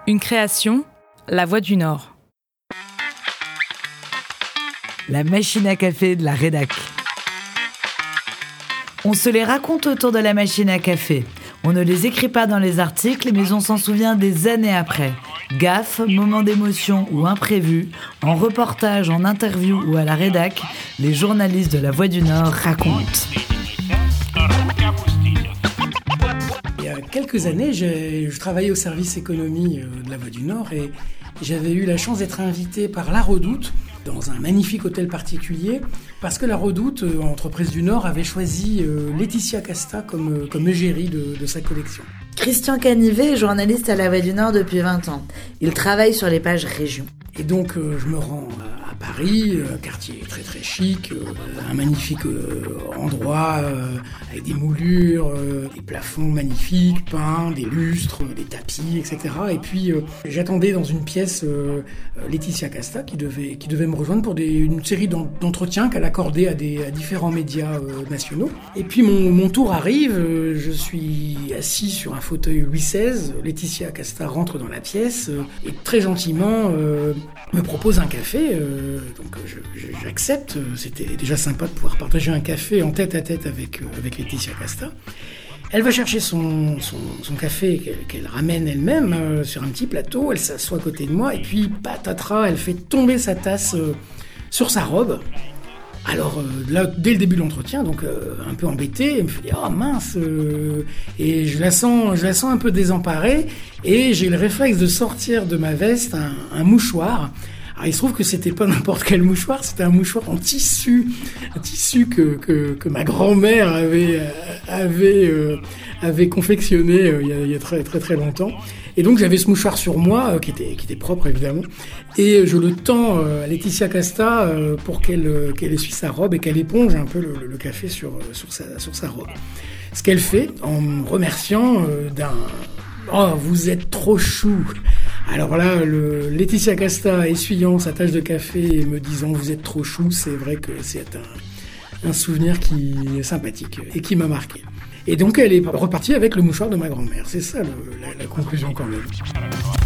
Une création, La Voix du Nord. La machine à café de la rédac. On se les raconte autour de la machine à café. On ne les écrit pas dans les articles, mais on s'en souvient des années après. Gaffe, moments d'émotion ou imprévus, en reportage, en interview ou à la rédac, les journalistes de La Voix du Nord racontent. Il y a quelques années, je travaillais au service économie de La Voix du Nord et j'avais eu la chance d'être invité par La Redoute dans un magnifique hôtel particulier parce que La Redoute, entreprise du Nord, avait choisi Laetitia Casta comme égérie de sa collection. Christian Canivet est journaliste à La Voix du Nord depuis 20 ans. Il travaille sur les pages régions. Et donc je me rends à Paris, un quartier très très chic, un magnifique endroit avec des moulures, des plafonds magnifiques, peints, des lustres, des tapis, etc. Et puis j'attendais dans une pièce Laetitia Casta qui devait me rejoindre pour une série d'entretiens qu'elle accordait à différents médias nationaux. Et puis mon tour arrive, je suis assis sur un fauteuil Louis XVI, Laetitia Casta rentre dans la pièce et très gentiment me propose un café, donc j'accepte. C'était déjà sympa de pouvoir partager un café en tête à tête avec Laetitia Casta. Elle va chercher son café qu'elle ramène elle-même sur un petit plateau, elle s'assoit à côté de moi et puis patatras, elle fait tomber sa tasse sur sa robe. Alors là, dès le début de l'entretien, donc un peu embêtée, elle me fait dire « Oh mince !» Et je la sens un peu désemparée et j'ai le réflexe de sortir de ma veste un mouchoir. Alors il se trouve que c'était pas n'importe quel mouchoir, c'était un mouchoir en tissu, un tissu que ma grand-mère avait confectionné il y a très très très longtemps. Et donc j'avais ce mouchoir sur moi qui était propre évidemment, et je le tends à Laetitia Casta pour qu'elle essuie sa robe et qu'elle éponge un peu le café sur sa robe. Ce qu'elle fait en me remerciant Oh, vous êtes trop chou. Alors là, Laetitia Casta essuyant sa tasse de café et me disant vous êtes trop chou, c'est vrai que c'est un souvenir qui est sympathique et qui m'a marqué. Et donc elle est repartie avec le mouchoir de ma grand-mère. C'est ça la conclusion quand même.